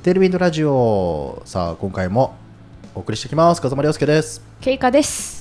テールウィンドラジオ、さあ今回もお送りしてきます。風間亮介です。 ケイカです。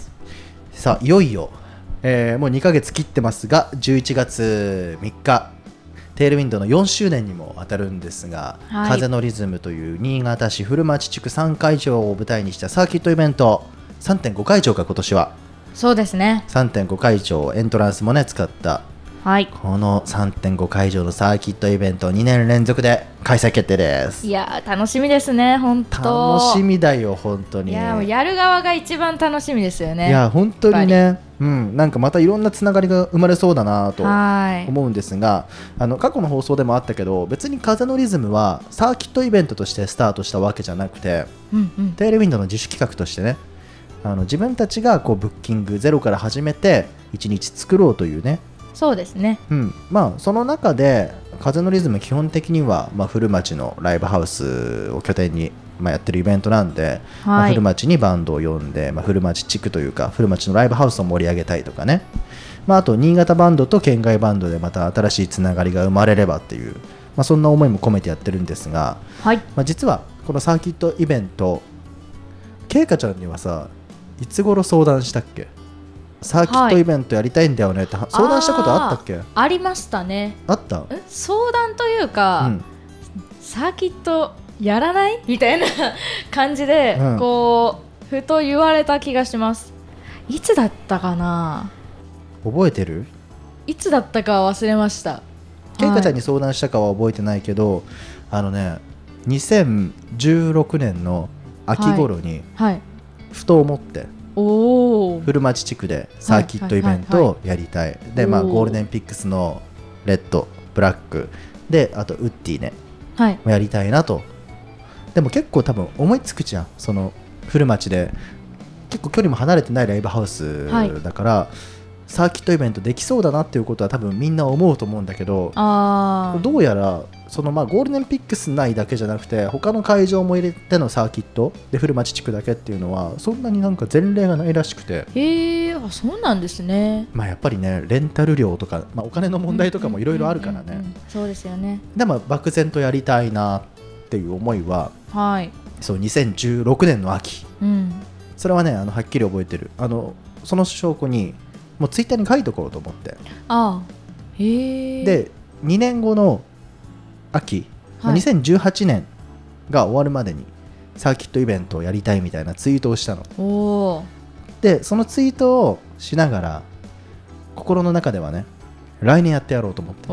さあいよいよ、もう2ヶ月切ってますが、11月3日テールウィンドの4周年にも当たるんですが、 はい、 風のリズムという新潟市古町地区3会場を舞台にしたサーキットイベント 3.5 会場か。今年はそうですね、 3.5 会場、エントランスもね使った、 はい、 この 3.5 会場のサーキットイベント2年連続で開催決定です。 いや楽しみですね。本当楽しみだよ本当に。 いやもうやる側が一番楽しみですよね。 いや本当にね、なんかまたいろんなつながりが生まれそうだなと思うんですが、過去の放送でもあったけど、別に風のリズムはサーキットイベントとしてスタートしたわけじゃなくて、テールウィンドの自主企画としてね、自分たちがこうブッキングゼロから始めて1日作ろうというね。 そうですね、 その中で風のリズム基本的には、古町のライブハウスを拠点に、やってるイベントなんで、古町にバンドを呼んで、古町地区というか古町のライブハウスを盛り上げたいとかね、あと新潟バンドと県外バンドでまた新しいつながりが生まれればっていう、そんな思いも込めてやってるんですが、実はこのサーキットイベント、ケイカちゃんにはさ、いつ頃相談したっけ？サーキットイベントやりたいんだよねって相談したことあったっけ？ ありましたね。 あった？ 相談というか、サーキットやらないみたいな感じで、こうふと言われた気がします。いつだったかな？ 覚えてる？ いつだったか忘れました。 ケイカちゃんに相談したかは覚えてないけど、2016年の秋頃にふと思って、古町地区でサーキットイベントをやりたい。で、ゴールデンピックスのレッド、ブラックで、あとウッディね、やりたいなと。でも結構多分思いつくじゃん、その古町で結構距離も離れてないライブハウスだから、サーキットイベントできそうだなっていうことは多分みんな思うと思うんだけど、どうやらそのゴールデンピックス内だけじゃなくて他の会場も入れてのサーキットで古町地区だけっていうのはそんなになんか前例がないらしくて。 そうなんですね。 やっぱりね、レンタル料とか、お金の問題とかもいろいろあるからね。 そうですよね。 でも漠然とやりたいなっていう思いは、そう2016年の秋、それはねはっきり覚えてる。その証拠にもうツイッターに書いとこうと思って。で2年後の秋、2018年が終わるまでにサーキットイベントをやりたいみたいなツイートをしたの。でそのツイートをしながら心の中ではね、来年やってやろうと思って。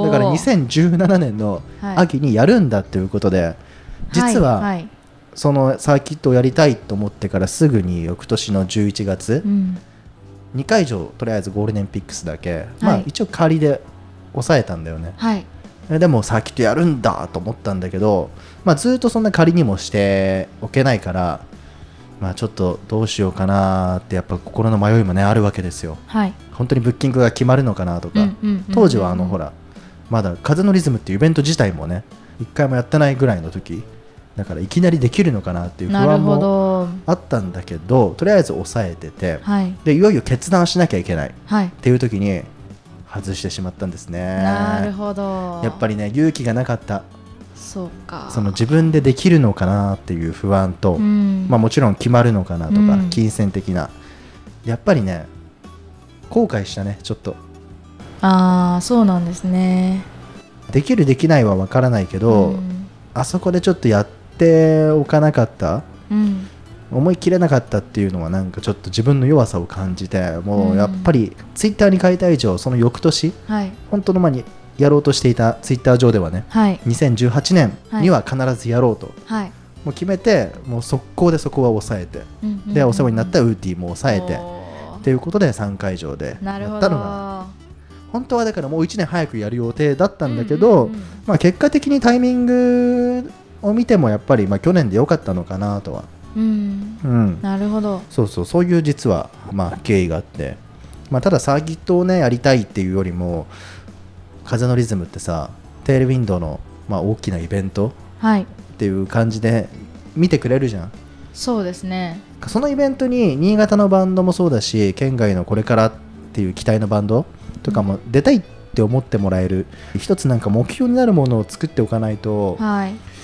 だから2017年の秋にやるんだっていうことで、実はそのサーキットをやりたいと思ってからすぐに翌年の11月、2会場とりあえずゴールデンピックスだけ、一応仮で抑えたんだよね。でもサーキットやるんだと思ったんだけど、ずっとそんな仮にもしておけないから、ちょっとどうしようかなってやっぱ心の迷いもねあるわけですよ。本当にブッキングが決まるのかなとか、当時はほらまだ風のリズムっていうイベント自体もね一回もやってないぐらいの時だから、いきなりできるのかなっていう不安もあったんだけど、とりあえず抑えてて、でいよいよ決断しなきゃいけないっていう時に外してしまったんですね。 なるほど。 やっぱりね、勇気がなかった。 そうか。 その自分でできるのかなっていう不安と、もちろん決まるのかなとか、金銭的な、やっぱりね後悔したね、ちょっと。 そうなんですね。 できるできないは分からないけど、あそこでちょっとやっておかなかった、思い切れなかったっていうのはなんかちょっと自分の弱さを感じて、もうやっぱりツイッターに書いた以上、その翌年、本当の前にやろうとしていたツイッター上ではね、2018年には必ずやろうと、もう決めて、もう速攻でそこは抑えて、でお世話になったウーティーも抑えてっていうことで3会場でやったのが、本当はだからもう1年早くやる予定だったんだけど、結果的にタイミングを見てもやっぱり去年で良かったのかなとは。 なるほど。 そういう実は経緯があって、ただサーキットをねやりたいっていうよりも、風のリズムってさ、テールウィンドの大きなイベントっていう感じで見てくれるじゃん。 そうですね。 そのイベントに新潟のバンドもそうだし、県外のこれからっていう期待のバンドとかも出たいって思ってもらえる、一つなんか目標になるものを作っておかないと、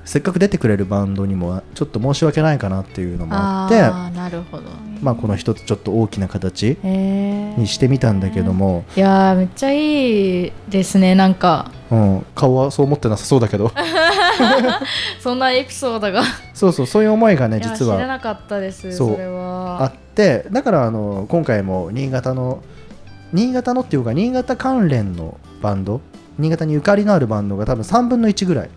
せっかく出てくれるバンドにもちょっと申し訳ないかなっていうのもあって、 なるほど、 この一つちょっと大きな形にしてみたんだけども、 いやめっちゃいいですね。なんか、 顔はそう思ってなさそうだけどそんなエピソードがそういう思いがね、実は知らなかったです。それはあって、だから今回も新潟のっていうか新潟関連のバンド、新潟にゆかりのあるバンドが多分3分の1ぐらい、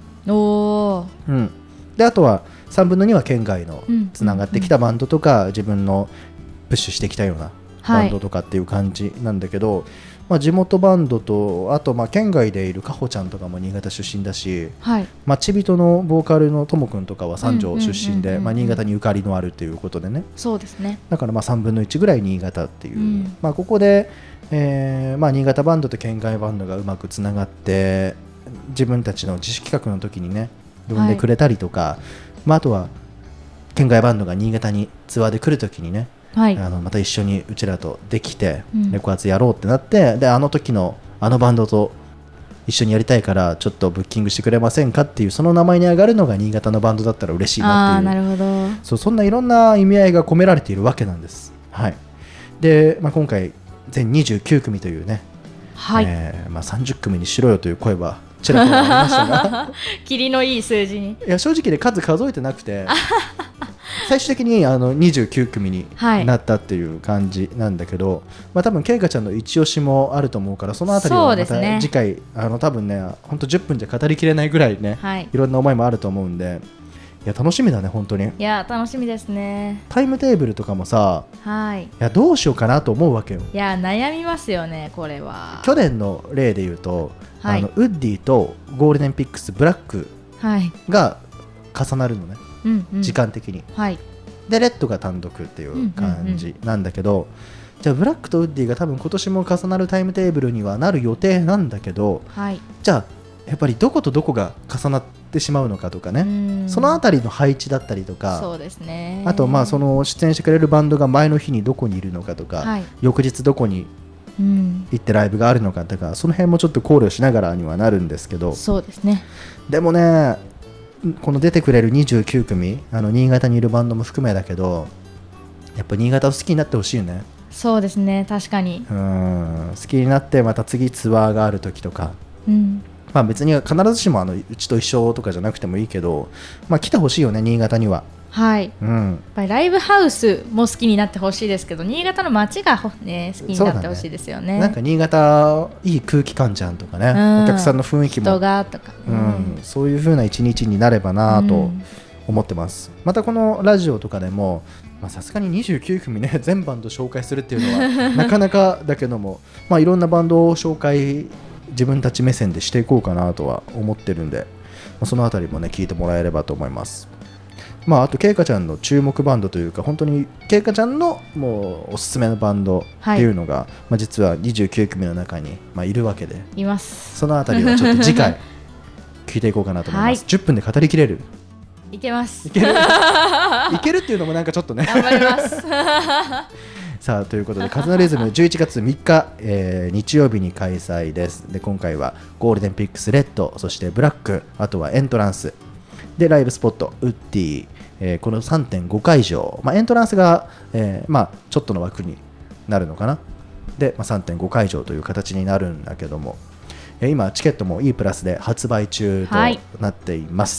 であとは3分の2は県外のつながってきたバンドとか、自分のプッシュしてきたようなバンドとかっていう感じなんだけど、地元バンドと、あと県外でいるかほちゃんとかも新潟出身だし、ちびとのボーカルのともくんとかは三条出身で新潟にゆかりのあるということでね、 そうですね、 だから3分の1ぐらい新潟っていう、ここで、新潟バンドと県外バンドがうまくつながって自分たちの自主企画の時にね呼んでくれたりとか、あとは県外バンドが新潟にツアーで来る時にね、また一緒にうちらとできてレコ発やろうってなって、であの時のあのバンドと一緒にやりたいからちょっとブッキングしてくれませんかっていう、その名前に上がるのが新潟のバンドだったら嬉しいなっていう、 なるほど、 そんないろんな意味合いが込められているわけなんです。で、今回全29組というね、30組にしろよという声はちらほらありましたが霧のいい数字に、 いや正直で数えてなくて最終的に29組になったっていう感じなんだけど、多分けいかちゃんの一押しもあると思うから、そのあたりはまた次回、多分ね本当10分じゃ語りきれないぐらいね、いろんな思いもあると思うんで、いや楽しみだね本当に。 いや楽しみですね。 タイムテーブルとかもさ、いやどうしようかなと思うわけよ。 いや悩みますよねこれは。 去年の例で言うと、ウッディとゴールデンピックスブラックが重なるのね、時間的に、でレッドが単独っていう感じなんだけど、じゃあブラックとウッディが多分今年も重なるタイムテーブルにはなる予定なんだけど、じゃあやっぱりどことどこが重なってしまうのかとかね、そのあたりの配置だったりとか、 そうですね、 あとその出演してくれるバンドが前の日にどこにいるのかとか、翌日どこに行ってライブがあるのかとか、その辺もちょっと考慮しながらにはなるんですけど、 そうですね。 でもねこの出てくれる29組新潟にいるバンドも含めだけど、やっぱ新潟を好きになってほしいよね。 そうですね、確かに好きになってまた次ツアーがある時とか、別に必ずしもうちと一緒とかじゃなくてもいいけど、来てほしいよね新潟には。やっぱりライブハウスも好きになってほしいですけど、新潟の街が、ね、好きになってほしいですよね。 なんか新潟いい空気感じゃんとかね、お客さんの雰囲気も人がとか、 そういう風な一日になればなと思ってます。またこのラジオとかでもさすがに29組ね全バンド紹介するっていうのはなかなかだけども、いろんなバンドを紹介自分たち目線でしていこうかなとは思ってるんで、そのあたりもね聞いてもらえればと思います。あとけいかちゃんの注目バンドというか、本当にけいかちゃんのもうおすすめのバンドっていうのが、実は29組の中にいるわけで、 います。 そのあたりはちょっと次回聞いていこうかなと思います。10分で語りきれる？ いけます。 いけるっていうのもなんかちょっとね頑張りますさあということでカズナリズム11月3日、日曜日に開催です。で今回はゴールデンピックスレッド、そしてブラック、あとはエントランスでライブスポットウッディ、この 3.5 会場、エントランスが、ちょっとの枠になるのかな。で、3.5 会場という形になるんだけども、今チケットも E プラスで発売中となっています。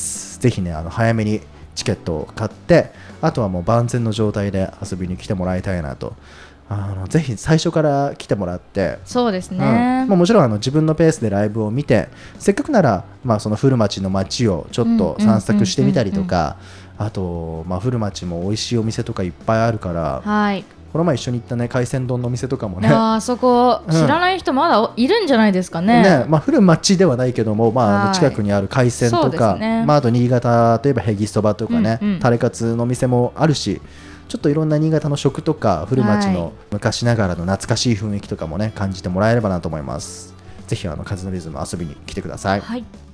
ぜひね早めにチケットを買って、あとはもう万全の状態で遊びに来てもらいたいなと。ぜひ最初から来てもらって、 そうですね、 もちろん自分のペースでライブを見て、せっかくなら、その古町の街をちょっと散策してみたりとか、あと、古町も美味しいお店とかいっぱいあるから、この前一緒に行ったね海鮮丼のお店とかもね、 そこ知らない人まだいるんじゃないですかね。 古町ではないけども、近くにある海鮮とか、あと新潟といえばへぎそばとかね、タレカツのお店もあるし、ちょっといろんな新潟の食とか古町の昔ながらの懐かしい雰囲気とかもね感じてもらえればなと思います。ぜひカズノリズム遊びに来てください。